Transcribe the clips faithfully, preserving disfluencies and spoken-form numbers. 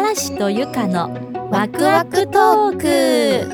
嵐とゆかのワクワクトーク。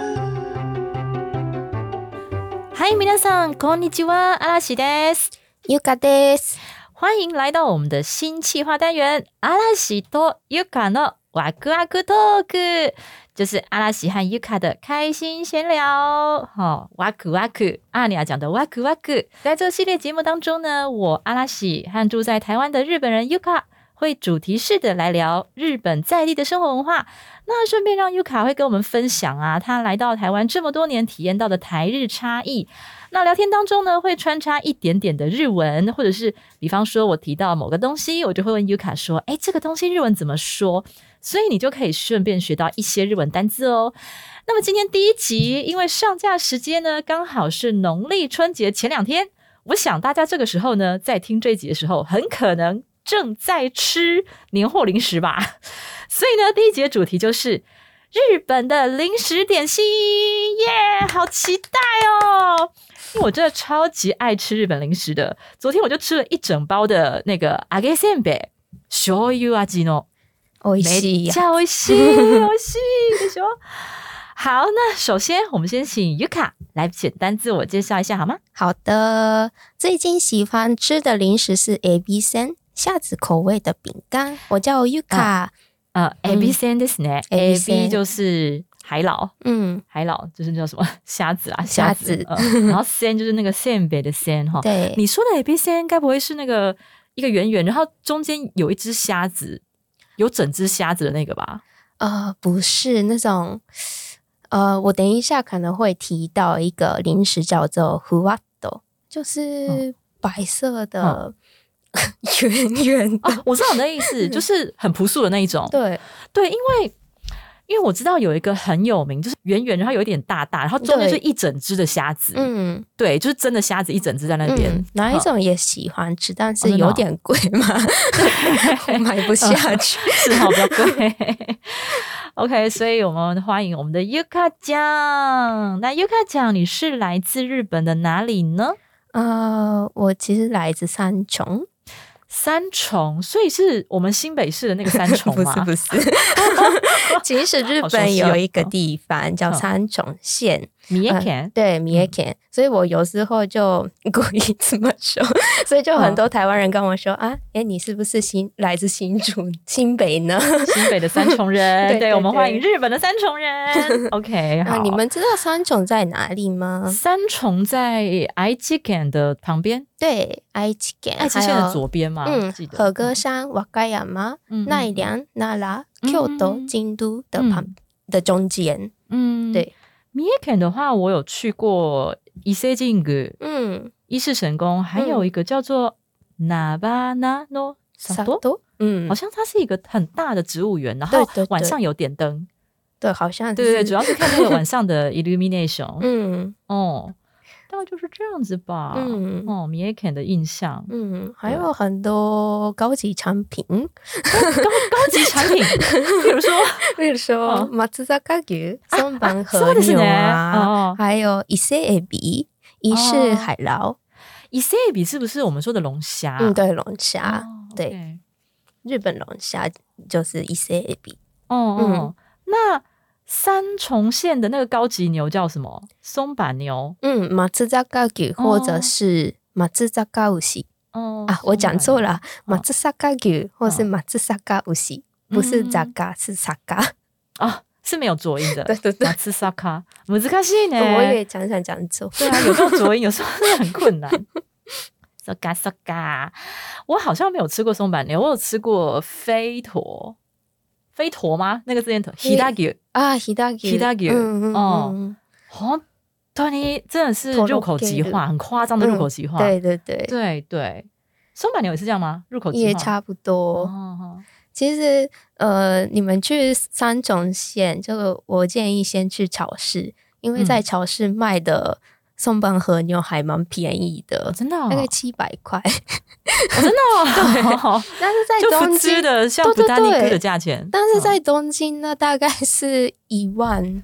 嗨，皆さんこんにちは，嵐です。 ゆかです。 欢迎来到我们的新企划单元嵐とゆかのワクワクトーク，就是阿拉西和 Yuka 的开心闲聊。哦，哇酷哇酷，阿尼亚讲的哇酷哇酷。在这个系列节目当中呢，我阿拉西和住在台湾的日本人 Yuka 会主题式的来聊日本在地的生活文化。那顺便让 Yuka 会跟我们分享啊，他来到台湾这么多年体验到的台日差异。那聊天当中呢，会穿插一点点的日文，或者是比方说我提到某个东西，我就会问 Yuka 说，诶，这个东西日文怎么说？所以你就可以顺便学到一些日文单字哦。那么今天第一集，因为上架时间呢刚好是农历春节前两天，我想大家这个时候呢在听这一集的时候，很可能正在吃年货零食吧。所以呢第一集的主题就是日本的零食点心，耶、yeah, 好期待哦，因为我真的超级爱吃日本零食的。昨天我就吃了一整包的那个揚げせんべい醤油味の， 美味しいめっちゃ美味しい美味しいでしょ。好，那首先我们先请 Yuka 来简单自我介绍一下好吗？ 好的，最近喜欢吃的零食是 A B せん虾子口味的饼干。我叫 Yuka。 呃 A B せんですね、嗯、A B 就是海老， 嗯， 海老就是叫什么虾子啊， 虾子， 虾子呃、然后せん就是那个せんべい的せん哈。 对， 你说的 A B せん该不会是那个一个圆圆，然后中间有一只虾子，有整只虾子的那个吧？ 呃，不是那种，呃，我等一下可能会提到一个零食叫做ふわっと，就是白色的。嗯嗯圆圆的、 哦、我知道你的意思，就是很朴素的那一种。 对对，因为因为我知道有一个很有名，就是圆圆，然后有一点大大，然后中间就一整只的虾子。嗯，对，就是真的虾子一整只在那边、嗯。 哪一种也喜欢吃，但是有点贵嘛，我买不下去， 是好比较贵。OK， 所以我们欢迎我们的 Yuka 酱。那 Yuka 酱，你是来自日本的哪里呢？ 呃，我其实来自三重。 三重，所以是我们新北市的那个三重吗？ 不是不是，其实日本有一个地方叫三重县， 三重県、呃、 对，三重県、嗯，所以我有时候就故意这么说，所以就很多台湾人跟我说、嗯、啊，哎，你是不是新来自新竹新北呢？ 新北的三重人，对, 对, 对，我们欢迎日本的三重人。OK， 好、 啊，你们知道三重在哪里吗？ 三重在愛知県的旁边。对， 愛知県， 愛知縣的左边嘛， 嗯，和歌山、和歌山、奈良、奈良、京都、京都的旁、嗯、的中間。嗯，对。 三重県的话，我有去过伊勢神宮，嗯，伊勢神宮，还有一个叫做那巴那诺萨多，嗯，好像它是一个很大的植物园，然后晚上有点灯， 对，好像是， 对对，主要是看那个晚上的 illumination， 嗯，哦。大概就是这样子吧。嗯，哦，三重県的印象。嗯， 还有很多高级产品。高高级产品，比如说， 比如说松阪牛、松阪和牛啊，哦、还有伊勢エビ、伊勢海捞。 伊勢エビ是不是我们说的龙虾？ 嗯，对，龙虾，哦、对， okay 日本龙虾就是伊勢エビ。 哦哦，嗯、那。三重县的那个高级牛叫什么？松阪牛。嗯， 松阪牛或者是松阪牛。哦啊，我讲错了，松阪牛或是松阪牛，不是坂是坂。 啊，是没有浊音的。 对对对， 松阪，難しいね。 我也常常讲错。 对啊，有时候浊音，有时候真的很困难。坂坂，我好像没有吃过松阪牛，我有吃过飛驒。飛驒嗎？那個字念頭飛騨牛啊，飛騨牛， 飛騨牛，嗯嗯，本当に真的是入口即化，很夸張的入口即化。 嗯、對對對對對，松阪牛也是這樣嗎？入口即化也差不多。哦、其實呃，你們去三重縣，就我建議先去朝市，因為在朝市賣的。松阪和牛还蛮便宜的， 哦、真的、哦， 大概七百块、 哦，真的、哦， 对。但是在东京的像布达尼哥的价钱， 但是在东京那大概是一万，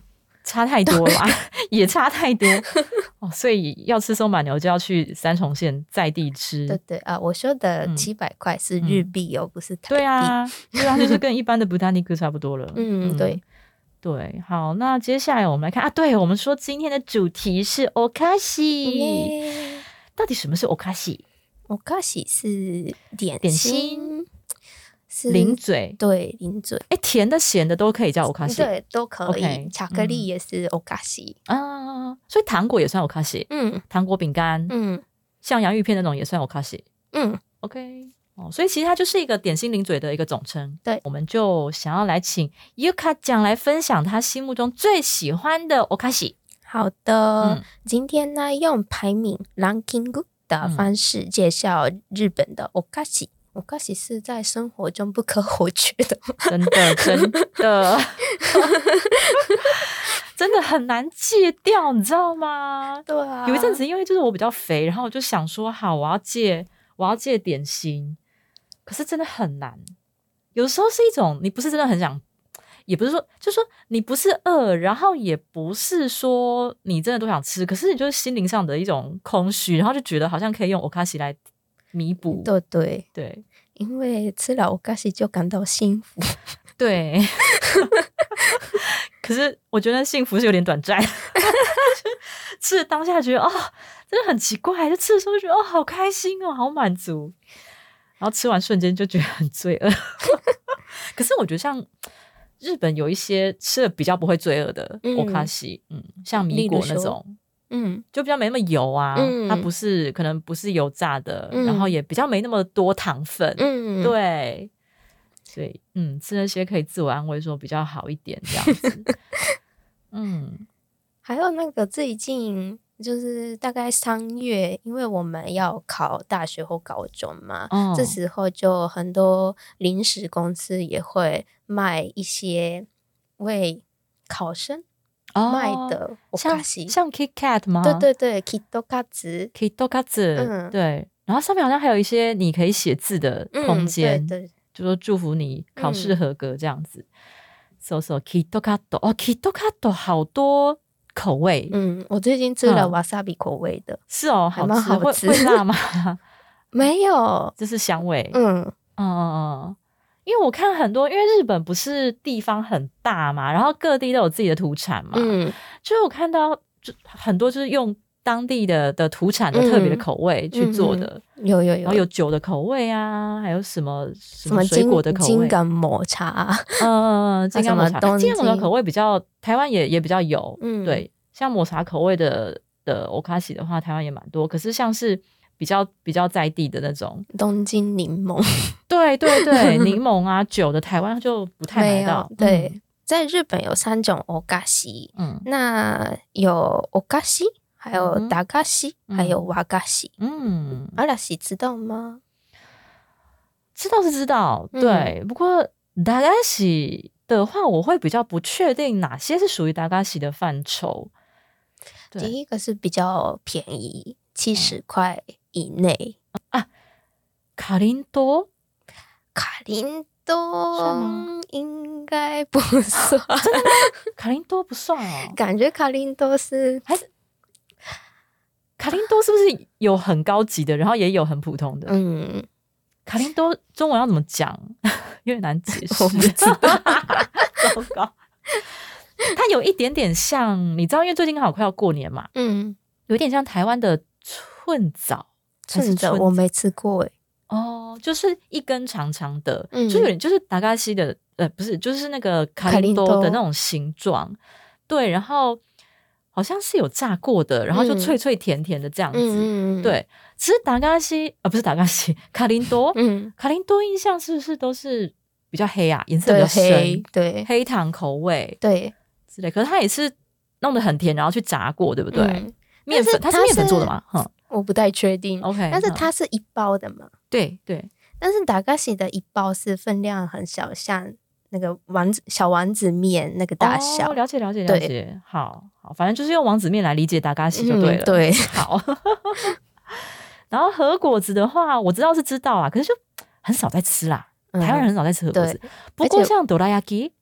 差太多了吧也差太多哦，所以要吃松板牛就要去三重县在地吃。 对对啊，我说的七百块是日币哦，嗯、不是台币。 对啊，对啊，就是跟一般的布丹尼克差不多了。 嗯，对对，好，那接下来我们来看啊，对，我们说今天的主题是 okashi， 到底什么是 okashi？okashi 是点点心。 是零嘴， 对，零嘴， 哎，甜的咸的都可以叫 okashi， 对，都可以。 okay, 巧克力也是 okashi 啊、嗯，所以糖果也算 okashi， 嗯，糖果饼干，嗯，像洋芋片那种也算 okashi， 嗯 ，OK， 哦，所以其实它就是一个点心零嘴的一个总称。 对， 我们就想要来请 Yuka 讲来分享他心目中最喜欢的 okashi。 好的，嗯、今天呢用排名 ranking 的方式介绍日本的 okashi。okashi 是在生活中不可或缺的， 真的真的真的很难戒掉，你知道吗？ 对啊， 有一阵子因为就是我比较肥，然后我就想说好，我要戒我要戒点心，可是真的很难。有时候是一种你不是真的很想，也不是说就是说你不是饿，然后也不是说你真的都想吃，可是你就是心灵上的一种空虚，然后就觉得好像可以用 okashi 来弥补。 对对对， 因为吃了 okashi 就感到幸福。 对可是我觉得幸福是有点短暂吃的当下觉得哦真的很奇怪，就吃的时候就觉得哦好开心哦，好满足，然后吃完瞬间就觉得很罪恶可是我觉得像日本有一些吃的比较不会罪恶的 okashi， 嗯, 嗯，像米果那种，嗯，就比较没那么油啊，嗯、它不是可能不是油炸的，嗯、然后也比较没那么多糖分，嗯，对，所以嗯，吃那些可以自我安慰说比较好一点这样子，嗯， 还有那个最近就是大概三月，因为我们要考大学或高中嘛，哦、这时候就很多零食公司也会卖一些为考生。哦、卖的 okashi 像 KitKat 吗？ 对对对 KitKat KitKat， 嗯，对，然后上面好像还有一些你可以写字的空间，嗯、对对，就说祝福你考试合格这样子。so so KitKat， 哦 KitKat 好多口味， 嗯，我最近吃了 wasabi 口味的， 嗯、是哦， 还蛮好吃， 会会辣吗？ 没有， 这是香味， 嗯嗯嗯嗯。因为我看很多，因为日本不是地方很大嘛，然后各地都有自己的土产嘛，嗯，就我看到就很多就是用当地的的土产的特别的口味去做的， 嗯嗯、有有有， 然后有酒的口味啊，还有什么什么水果的口味， 金柑抹茶， 嗯，金柑抹茶，金柑抹茶口味比较台湾也也比较有，嗯，对，像抹茶口味的的 okashi 的话，台湾也蛮多，可是像是。比较比较在地的那种东京柠檬， 对对对，柠檬啊酒的台湾就不太买到。 对、嗯，在日本有三种 okashi，嗯，那有 okashi， 还有达嘎西，还有瓦嘎西。嗯，阿拉西知道吗？ 知道是知道，对。嗯、不过达嘎西的话，我会比较不确定哪些是属于达嘎西的范畴。 第一个是比较便宜，七十块。以内啊，卡林多， 卡林多应该不算， 真的吗？卡林多不算哦， 感觉卡林多是还是卡林多是不是有很高级的，然后也有很普通的？嗯，卡林多中文要怎么讲？有点难解释， 我不知道， 糟糕。它有一点点像，你知道，因为最近刚好快要过年嘛，嗯，有一点像台湾的寸枣。 寸枣我没吃过诶， 哦，就是一根长长的，嗯、就有点就是达嘎西的，呃，不是，就是那个卡林多的那种形状，对，然后好像是有炸过的，然后就脆脆甜甜的这样子，嗯、对。其实达嘎西啊、呃，不是达嘎西，卡林多，嗯，卡林多印象是不是都是比较黑啊，颜色比较深， 黑对， 黑糖口味， 对之类。可是它也是弄得很甜，然后去炸过，对不对？嗯、面粉，它是面粉做的吗？哈。 我不太确定 ，OK， 但是它是一包的嘛？ 对对， 但是达嘎西的一包是分量很小，像那个丸子小丸子面那个大小。 哦、了解了解了解，好好，反正就是用王子面来理解达嘎西就对了。 嗯、对， 好。然后和果子的话，我知道是知道啊，可是就很少在吃啦。嗯、台湾人很少在吃和果子，不过像哆啦 A 梦，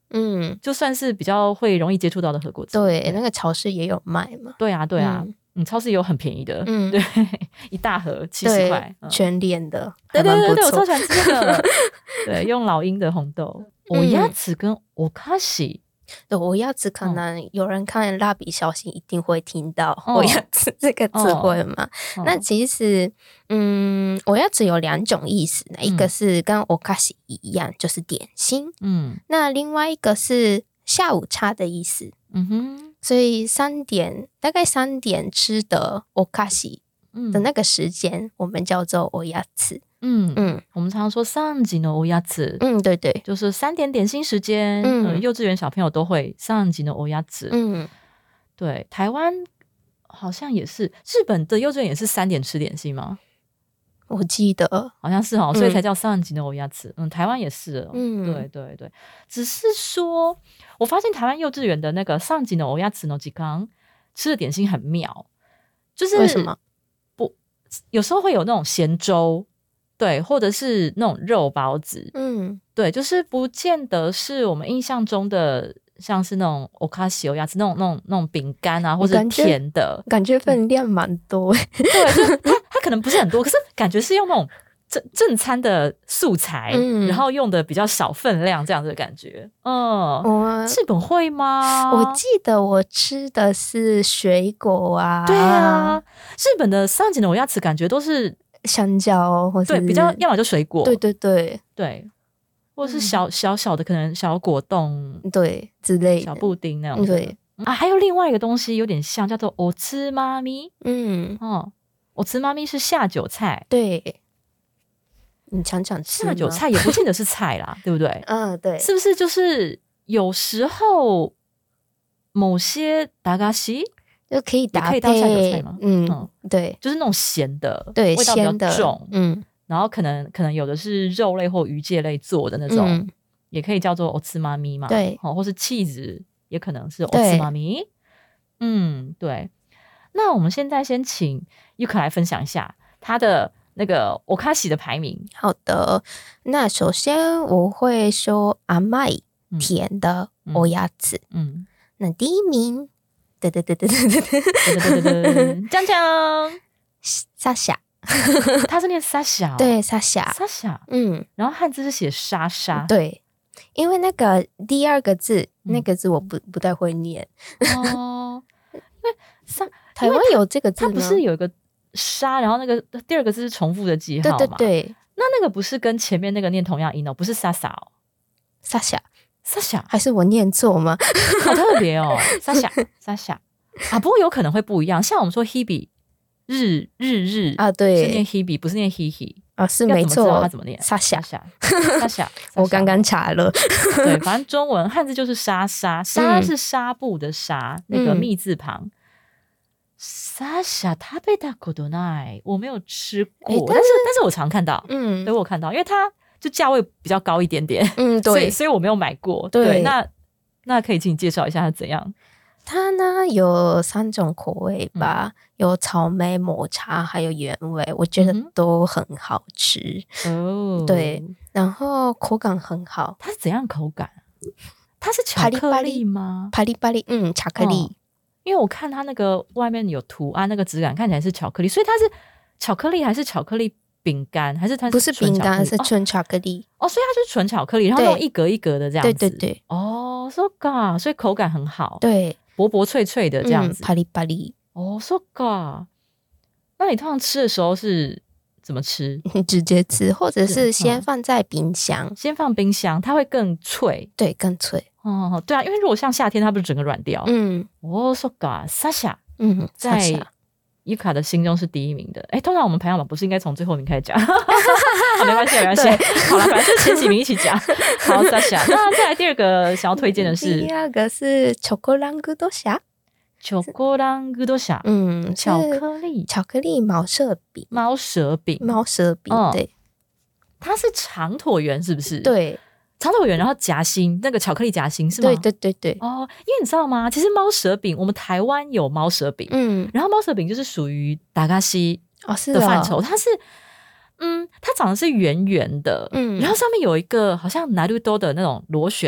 嗯， 就算是比较会容易接触到的和果子。 对，那个超市也有卖嘛。 对啊，对啊，嗯，嗯超市也有很便宜的，嗯，对，一大盒七十块， 嗯，全脸的， 对对对对，我超喜欢吃这个，对，用老鹰的红豆。おやつ跟お菓子。 对，我要吃可能有人看蜡笔小新一定会听到我要吃这个词汇嘛、哦、那其实嗯，我要吃有两种意思、嗯、一个是跟お菓子一样就是点心，嗯，那另外一个是下午茶的意思，嗯哼，所以三点大概三点吃的お菓子的那个时间、嗯、我们叫做おやつ。 嗯嗯，我们常常说三時のおやつ， 嗯，对对， 就是三点点心时间。嗯、呃，幼稚园小朋友都会三時のおやつ。嗯，对，台湾好像也是，日本的幼稚园也是三点吃点心吗？ 我记得好像是哦，所以才叫三時のおやつ。嗯，台湾也是哦。嗯，对对对，只是说我发现台湾幼稚园的那个三時のおやつの時間吃的点心很妙，就是为什么不有时候会有那种咸粥。对，或者是那种肉包子，嗯，对，就是不见得是我们印象中的，像是那种お菓子、おやつ那种那种那种饼干啊，或者甜的， 感觉分量蛮多。 对，就它它可能不是很多，可是感觉是用那种正正餐的素材、嗯，然后用的比较少分量这样子的感觉。嗯，我日本会吗？ 我记得我吃的是水果啊。 对啊，日本的三時のおやつ感觉都是。 香蕉或是对比较，要么就水果， 对对对对，或者是小、嗯、小小的可能小果冻， 对之类的小布丁那种， 对啊，还有另外一个东西有点像，叫做おつまみ，嗯哦，おつまみ是下酒菜， 对，你常常吃下酒菜也不见得是菜啦，对不对？ 嗯，对， 是不是就是有时候某些达嘎西。 就可以搭配， 可以当下酒菜吗？ 嗯，嗯对， 就是那种咸的， 对， 味道比较重，嗯，然后可能可能有的是肉类或鱼介类做的那种，嗯、也可以叫做おつまみ嘛， 对， 哦，或是 cheese 也可能是おつまみ，嗯，对。那我们现在先请 Yuka 来分享一下他的那个お菓子的排名。 好的，那首先我会说甘い甜的おやつ，嗯，那第一名。对对对对对对对对对对，江江莎莎， 他是念莎莎， 对莎莎莎莎，嗯，然后汉字是写莎莎， 对，因为那个第二个字、嗯、那个字我不不太会念哦，因为莎台湾有这个字吗？ 它不是有一个莎，然后那个第二个字是重复的记号嘛？ 对对对， 那那个不是跟前面那个念同样音哦，不是莎莎哦， 莎莎。 莎莎还是我念错吗？ 好特别哦，莎莎莎莎啊，不过有可能会不一样。像我们说 Hebe 日日日啊，对， 是念 Hebe 不是念 Hehe 啊，是没错。 他怎么念？ 莎莎莎莎莎， 我刚刚查了。 对，反正中文汉字就是莎莎，莎是纱布的纱，嗯、那个密字旁。莎莎食べたことない，我没有吃过，欸、但是但是我常看到，嗯，对我有看到，因为它。就价位比较高一点点，嗯，对，所以所以我没有买过。对，对那那可以请你介绍一下它怎样？ 它呢有三种口味吧，嗯、有草莓、抹茶，还有原味，我觉得都很好吃。哦，对，然后口感很好。 它是怎样口感？它是巧克力吗？ 巴里巴里，嗯，巧克力。哦、 因为我看它那个外面有图案，那个质感看起来是巧克力，所以它是巧克力还是巧克力？饼干还是它是不是饼干，是纯巧克力哦, 哦，所以它就是纯巧克力，然后那种一格一格的这样子， 对对对， 哦 ，so ga， 所以口感很好， 对， 薄薄脆脆的这样子， 巴里巴里， 哦 ，so ga， 那你通常吃的时候是怎么吃？ 直接吃，或者是先放在冰箱， 嗯、先放冰箱，它会更脆， 对，更脆， 哦，对啊，因为如果像夏天，它不是整个软掉，嗯，哦 ，so ga， 莎莎，嗯，在。Yuka 的心中是第一名的，哎，通常我们排行榜不是应该从最后名开始讲？好，没关系，没关系。好了，反正就前几名一起讲。好，莎莎。那再来第二个想要推荐的是， 第二个是巧克力グドシャ。 巧克力グドシャ，嗯，巧克力， 巧克力毛蛇饼， 猫舌饼， 猫舌饼，嗯、对， 它是长椭圆，是不是？ 对。 长椭圆，然后夹心，那个巧克力夹心是吗？ 对对对对。 哦，因为你知道吗？其实猫舌饼，我们台湾有猫舌饼，嗯，然后猫舌饼就是属于达嘎西的范畴，哦、它是，嗯，它长得是圆圆的，嗯，然后上面有一个好像ナルト的那种螺旋，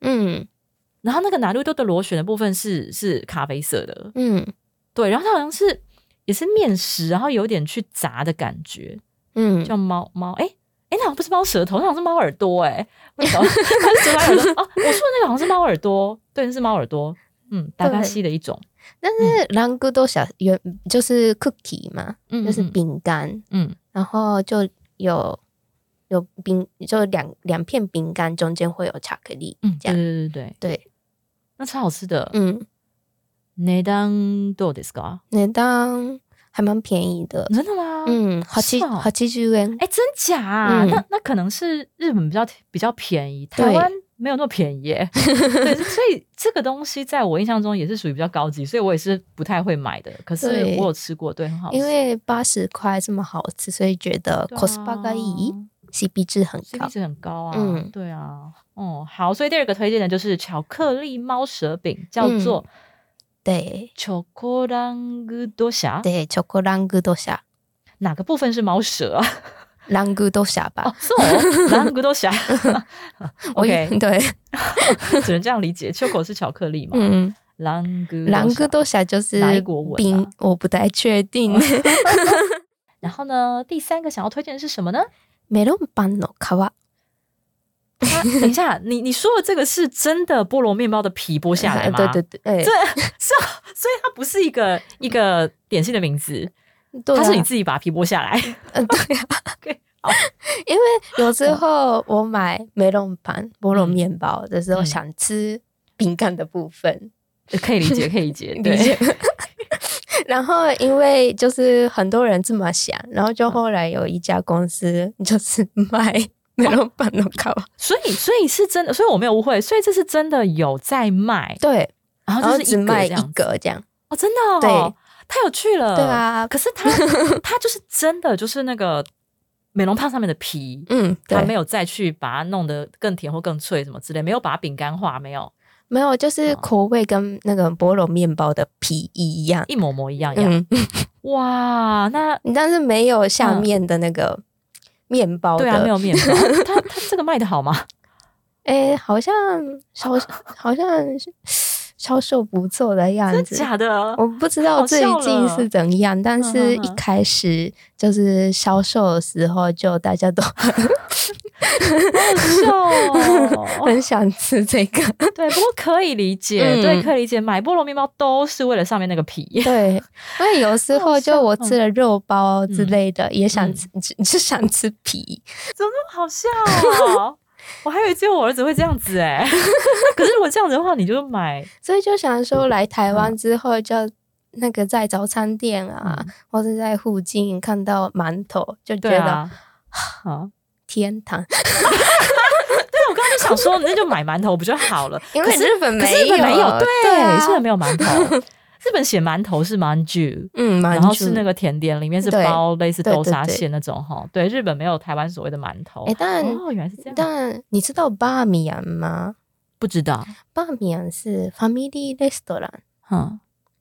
嗯， 然后那个拿路豆的螺旋的部分是是咖啡色的， 嗯， 对，然后它好像是也是面食，然后有点去炸的感觉， 嗯， 叫猫猫，哎哎，那好像不是猫舌头，那好像是猫耳朵，哎，为什么？它是猫耳朵哦，我说的那个好像是猫耳朵，对，是猫耳朵，嗯，达嘎西的一种。 但是朗古多小原就是 cookie 嘛， 嗯、 就是饼干， 嗯， 然后就有有饼，就两两片饼干中间会有巧克力， 嗯， 这样， 对对对对对， 那超好吃的。 嗯， 値段どうですか？ 那当还蛮便宜的， 真的吗？ 嗯，八七八七十元， 哎，真假啊？ 嗯那那可能是日本比较比较便宜，台湾没有那么便宜耶。对，所以这个东西在我印象中也是属于比较高级，所以我也是不太会买的。可是我有吃过，对，很好吃。 因为八十块这么好吃，所以觉得 cost がいい C P 值很高 ，C P 值很高啊。 嗯， 对啊。哦，好，所以第二个推荐的就是巧克力猫舌饼，叫做、 嗯、对チョコラングドシャ。 对，チョコラングドシャ。 哪个部分是猫舌啊？ ラングドシャ吧。 哦，是哦，ラングドシャ。OK， 对， 只能这样理解。choco 是巧克力嘛？ 嗯， ラングラングドシャ就是哪一国文、啊？ 冰，我不太确定。 然后呢，第三个想要推荐的是什么呢？ メロンパンの皮。 它等一下，你你说的这个是真的菠萝面包的皮剥下来吗？ 对对对， 这是，所以它不是一个一个点心的名字， 对啊、 它是你自己把皮剥下来。 嗯，对啊。 okay, 好， 因为有时候我买メロンパン菠萝面包的时候，想吃饼干的部分， 嗯、可以理解，可以理解，对。 理解然后因为就是很多人这么想，然后就后来有一家公司就是卖メロンパンの皮、哦， 所以所以是真的，所以我没有误会，所以这是真的有在卖， 对， 然后就是只卖一个这样， 哦，真的哦， 对， 太有趣了， 对啊， 可是它它就是真的就是那个美容胖上面的皮， 嗯， 它没有再去把它弄得更甜或更脆什么之类，没有把它饼干化，没有。 没有，就是口味跟那个菠萝面包的皮一样， 一模模一样一样。嗯、哇，那但是没有下面的那个面包的， 对啊，没有面包。它它这个卖的好吗？ 哎，好像销好像销售不错的样子， 真假的？ 我不知道最近是怎样，但是一开始就是销售的时候，就大家都好笑哦， 很想吃这个。 对，不过可以理解，嗯、对，可以理解。买菠萝面包都是为了上面那个皮。 对，因为有时候就我吃了肉包之类的，嗯、也想吃，只、嗯、想吃皮。 怎么那么好笑啊？我还以为只有我儿子会这样子哎、欸，可是如果这样子的话，你就买。 所以就想说，来台湾之后，就那个在早餐店啊，嗯、或者在附近看到馒头，就觉得啊，啊天堂。 对，我刚刚就想说，那就买馒头不就好了？ 因为日本没有， 日本没有，对， 对啊、 日本没有馒头。日本写馒头是 manju， 嗯， 然后是那个甜点，里面是包类似豆沙馅那种哈。对，日本没有台湾所谓的馒头。 哎，但哦，原来是这样。 但你知道バーミヤン吗？ 不知道。 バーミヤン是 family restaurant， 嗯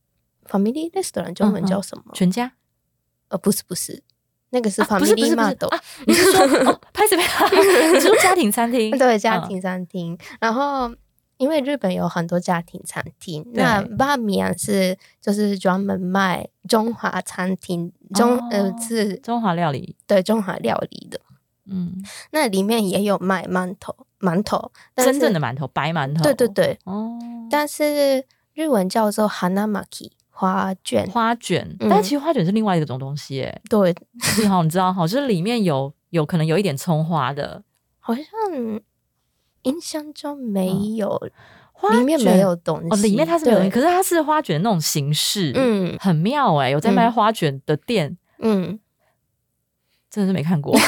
，family restaurant 中文叫什么？ 嗯、全家？ 呃，不是不是，那个是 family mart。 啊，你是说哦，拍什么？你是说家庭餐厅？ 对，家庭餐厅。嗯、然后。因为日本有很多家庭餐厅，那バーミヤン是就是专门卖中华餐厅，中、哦、呃是中华料理， 对中华料理的，嗯，那里面也有卖馒头，馒头真正的馒头，白馒头， 对对对，哦，但是日文叫做hanamaki花卷， 花卷，嗯、但其实花卷是另外一种东西耶， 对， 你好，你知道哈，就是里面有有可能有一点葱花的， 好像。印象中没有，嗯、里面没有东西。 哦，里面它是没有东西，可是它是花卷那种形式，嗯，很妙哎、欸。有在卖花卷的店，嗯，真的是没看过。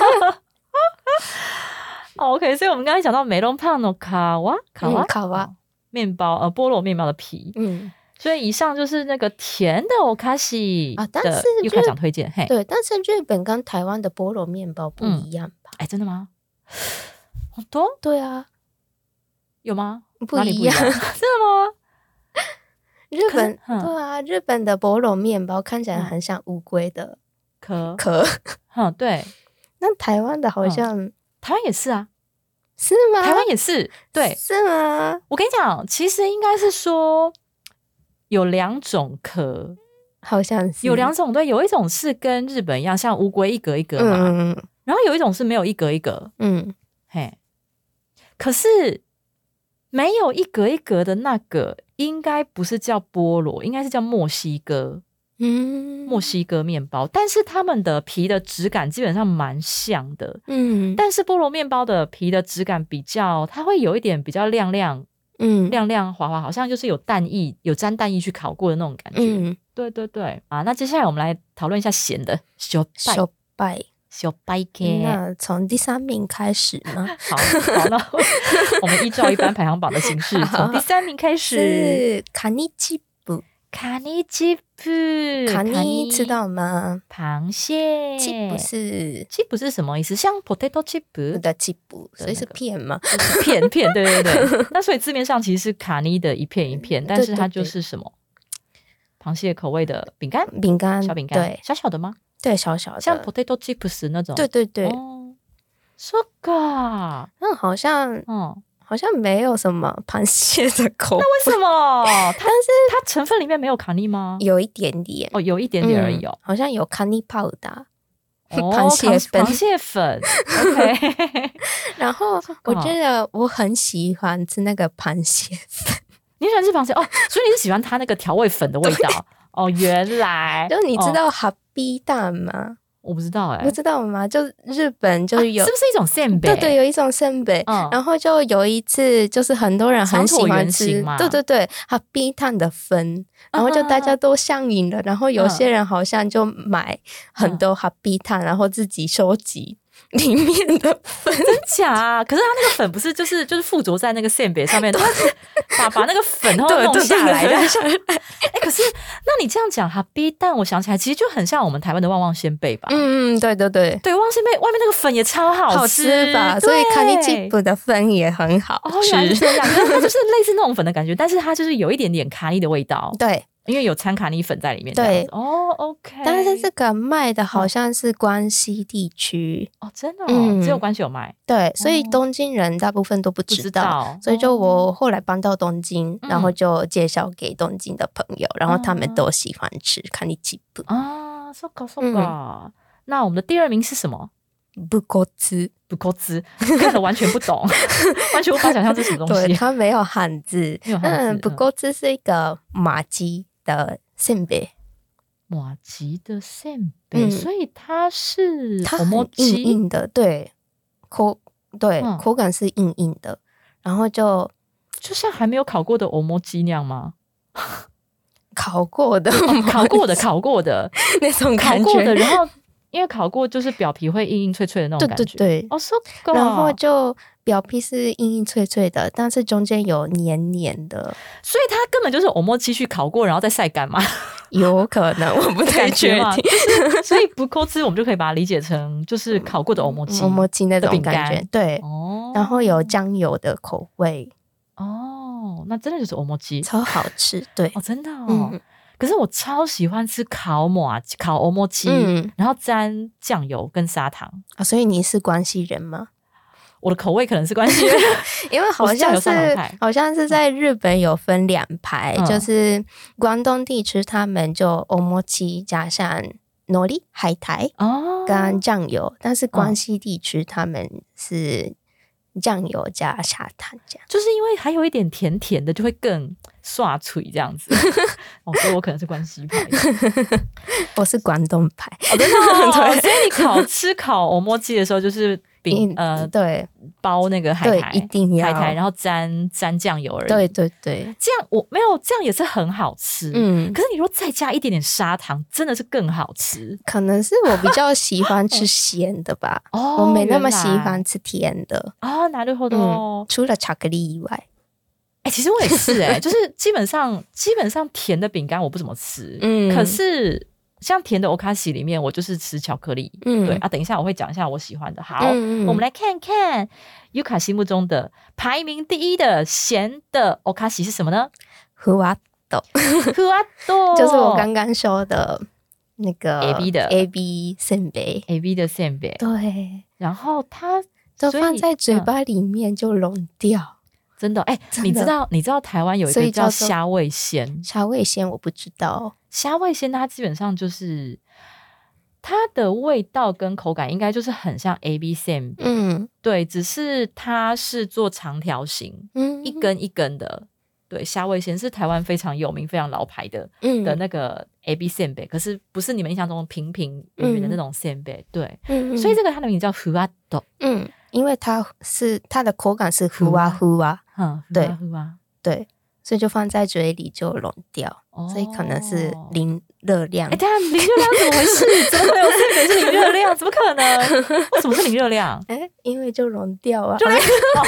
哦 OK， 所以我们刚才讲到メロンパンの皮，皮、 嗯、皮面包，呃，菠萝面包的皮，嗯。所以以上就是那个甜的お菓子啊，但是又开讲推荐，嘿， 对，但是日本跟台湾的菠萝面包不一样吧？ 哎、嗯欸，真的吗？好多？ 对啊， 有吗？ 不一样， 真的吗？ 日本对啊，日本的菠萝面包看起来很像乌龟的壳壳， 嗯，对。 那台湾的好像、 嗯、台湾也是啊， 是吗？ 台湾也是，对， 是吗？ 我跟你讲，其实应该是说有两种壳， 好像是有两种，对，有一种是跟日本一样，像乌龟一格一格嘛， 嗯然后有一种是没有一格一格， 嗯， 嘿，可是没有一格一格的那个，应该不是叫菠萝，应该是叫墨西哥。 嗯， 墨西哥面包，但是它们的皮的质感基本上蛮像的， 嗯， 但是菠萝面包的皮的质感比较，它会有一点比较亮亮， 嗯， 亮亮滑滑，好像就是有蛋液，有沾蛋液去烤过的那种感觉。 嗯， 对对对，啊，那接下来我们来讨论一下咸的，小拜小拜。 小拜 K。 那从第三名开始吗？ 好，好，那我们依照一般排行榜的形式，从第三名开始。 是卡尼基布， 卡尼基布， 卡尼知道吗？ 螃蟹。 基布是基布是什么意思？像 potato chip 的基布，所以是片吗？ 片片，对对对。那所以字面上其实是卡尼的一片一片，但是它就是什么？螃蟹口味的饼干， 饼干， 小饼干， 对， 小小的吗？ 对，小小的， 像 potato chips 那种。 对对对。 哦，so ga， 那好像，嗯，好像没有什么螃蟹的口味。 那为什么？但是它成分里面没有卡尼吗？ 有一点点， 哦，有一点点而已哦。 嗯、好像有卡尼泡的。 螃蟹粉，螃蟹粉 ，OK。 然后我觉得我很喜欢吃那个螃蟹粉。 你喜欢吃螃蟹哦？所以你是喜欢它那个调味粉的味道哦？原来， 就你知道哈比蛋吗？ 我不知道哎、欸， 不知道吗？就日本就有、 啊、是不是一种扇贝？ 对对，有一种扇贝、嗯。然后就有一次，就是很多人很喜欢吃，对对对，哈比蛋的粉，然后就大家都上瘾了。然后有些人好像就买很多哈比蛋，然后自己收集里面的粉。 真假啊？可是它那个粉不是就是就是附着在那个扇贝上面，它是把把那个粉然后弄下来的。哎，可是那你这样讲哈比蛋，我想起来其实就很像我们台湾的旺旺仙贝吧？ 嗯嗯，对对对， 对，旺旺仙贝外面那个粉也超好吃， 好吃吧？所以卡尼基布的粉也很好吃。 哦，原来是这样，它就是类似那种粉的感觉，但是它就是有一点点卡尼的味道。 对。 因为有掺卡尼粉在里面， 对哦 ，OK。 但是这个卖的好像是关西地区哦，真的、哦嗯，只有关西有卖。 对，所以东京人大部分都不知道， 哦、 所以就我后来搬到东京、嗯，然后就介绍给东京的朋友，然后他们都喜欢吃卡尼基布啊，so ga so ga。那我们的第二名是什么？ 不够吃， 不够吃，看得完全不懂，完全无法想象这是什么东西。 对，它没有汉字， 没有汉字。 嗯，不够吃是一个马吉的扇贝， 马吉的扇贝、嗯，所以它是它很硬硬的，对，口对、嗯、口感是硬硬的，然后就就像还没有烤过的欧摩鸡那样吗？ 烤过的、 哦，烤过的，烤过的那种感觉， 烤过的，然后。因为烤过就是表皮会硬硬脆脆的那种感觉， 对对对， 哦、so 然后就表皮是硬硬脆脆的，但是中间有黏黏的， 所以它根本就是欧摩鸡去烤过，然后再晒干嘛？ 有可能，我不太确定。 就是、所以不抠吃，我们就可以把它理解成就是烤过的欧摩鸡， 欧摩鸡那种感觉，对。 哦， 然后有酱油的口味， 哦，那真的就是欧摩鸡， 超好吃，对。 哦，真的哦。嗯，可是我超喜欢吃烤马烤欧摩鸡，嗯，然后沾酱油跟砂糖啊。所以你是关西人吗？ 我的口味可能是关西人， 因为好像是好像是在日本有分两派，嗯，就是关东地区他们就欧摩鸡加上海苔海苔哦跟酱油，但是关西地区他们是酱油加砂糖这样， 就是因为还有一点甜甜的，就会更刷脆这样子。哦，所以我可能是关西派的， 我是关东派。 哦，真的哦，对，所以你烤吃烤欧摩鸡的时候，就是饼呃对包那个海苔， 一定要海苔，然后沾沾酱油而已。 对对对， 这样我没有这样也是很好吃。嗯，可是你如果再加一点点砂糖，真的是更好吃。 可能是我比较喜欢吃咸的吧，哦，我没那么喜欢吃甜的。 哦，なるほど。 嗯，除了巧克力以外。 哎、欸，其实我也是哎、欸，就是基本上基本上甜的饼干我不怎么吃，嗯，可是像甜的 Okashi 里面，我就是吃巧克力，嗯，对啊，等一下我会讲一下我喜欢的。好，嗯嗯，我们来看看 Yuka 心目中的排名第一的咸的 Okashi 是什么呢？ ふわっと， ふわっと， 就是我刚刚说的那个 A B 的 A B 扇贝 ，A B 的扇贝， 对， 然后它。 都放在嘴巴里面就溶掉。 真的哎、欸，你知道你知道台湾有一个叫虾味鲜， 虾味鲜我不知道。 虾味鲜它基本上就是它的味道跟口感应该就是很像 A B 鲜饼，嗯，对，只是它是做长条形，嗯，一根一根的。对，虾味鲜是台湾非常有名、非常老牌的、嗯、的那个 A B 鲜饼，可是不是你们印象中平平圆圆的那种鲜饼，对，嗯，所以这个它的名字叫ふわっと， 嗯，因为它是它的口感是ふわふわ，嗯，对，ふわ对，所以就放在嘴里就溶掉，哦、所以可能是零热量。 哎，等一下零热量怎么回事？怎么可能有鲜饼是零热量？怎么可能？为什么是零热量？ 哎，因为就溶掉啊。 就零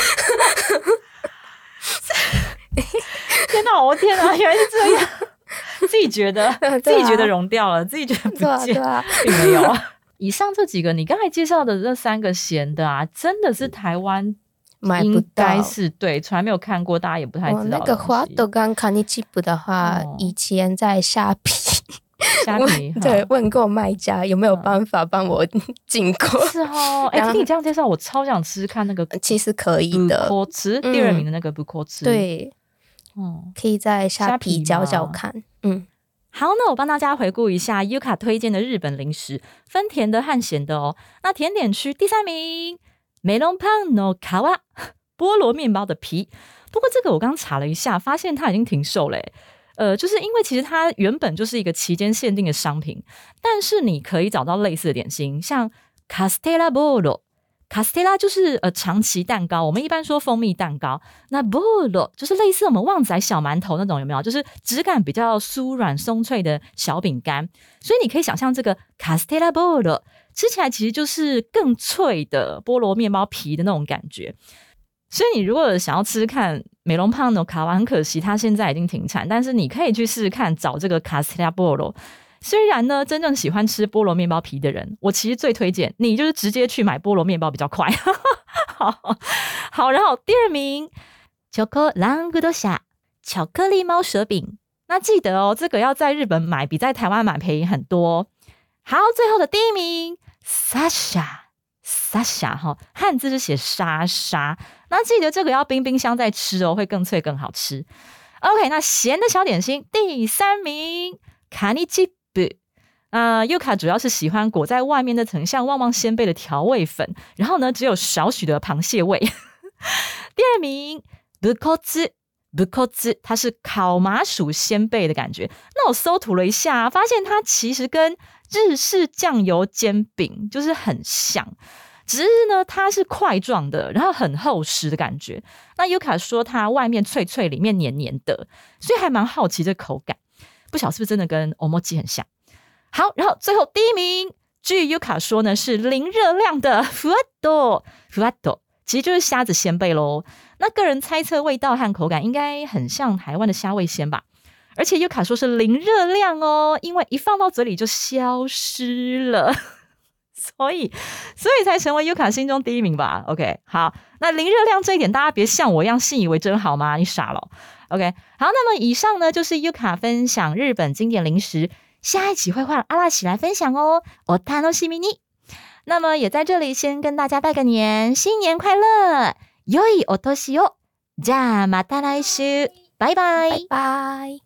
天哪！我天哪！原来是这样，自己觉得、啊、自己觉得溶掉了，自己觉得不见， 对啊， 并没有。以上这几个你刚才介绍的这三个咸的啊，真的是台湾买不到，应该是对，从来没有看过，大家也不太知道、哦。 那个花豆干卡尼吉布的话、哦，以前在虾皮。 虾皮对，问过卖家有没有办法帮我进口。 是哦，哎、欸，听你这样介绍，我超想吃看那个， 其实可以的， 不吃、嗯、第二名的那个不可吃， 对，嗯，可以在虾皮找找看。嗯， 好，那我帮大家回顾一下 Yuka 推荐的日本零食，分甜的和咸的哦。那甜点区第三名，メロンパンの皮，菠萝面包的皮。不过这个我刚查了一下，发现它已经停售了。呃，就是因为其实它原本就是一个期间限定的商品，但是你可以找到类似的点心，像カステラボーロ，カステラ就是呃长崎蛋糕，我们一般说蜂蜜蛋糕，那ボーロ就是类似我们旺仔小馒头那种，有没有？就是质感比较酥软松脆的小饼干，所以你可以想象这个カステラボーロ吃起来其实就是更脆的菠萝面包皮的那种感觉。所以你如果想要吃吃看美容胖的卡瓦，很可惜它现在已经停产，但是你可以去试试看找这个卡斯特拉菠萝。虽然呢，真正喜欢吃菠萝面包皮的人，我其实最推荐你就是直接去买菠萝面包比较快。好, 好，然后第二名チョコラングドシャ巧克力猫舌饼，那记得哦，这个要在日本买比在台湾买便宜很多。好，最后的第一名サシャ沙沙哈，汉字是写沙沙，那记得这个要冰冰箱再吃哦，会更脆更好吃。OK， 那咸的小点心第三名卡尼基布，呃，Yuka 主要是喜欢裹在外面那层像旺旺仙贝的调味粉，然后呢只有少许的螃蟹味。第二名布コ兹，布コ兹它是烤麻薯仙贝的感觉。那我搜图了一下，发现它其实跟日式酱油煎饼就是很像，只是呢它是块状的，然后很厚实的感觉。那 Yuka 说它外面脆脆里面黏黏的，所以还蛮好奇这口感，不晓得是不是真的跟 Omochi 很像。好，然后最后第一名据 Yuka 说呢是零热量的ふわっと，ふわっと其实就是虾子鲜贝咯。那个人猜测味道和口感应该很像台湾的虾味鲜吧，而且 Yuka 说是零热量哦，因为一放到嘴里就消失了，所以所以才成为 Yuka 心中第一名吧。 OK， 好，那零热量这一点大家别像我一样信以为真好吗？你傻了。 OK， 好，那么以上呢就是 Yuka 分享日本经典零食，下一集会换阿拉喜来分享哦，お楽しみに。那么也在这里先跟大家拜个年，新年快乐，良いお年を。じゃあまた来週，拜拜拜拜。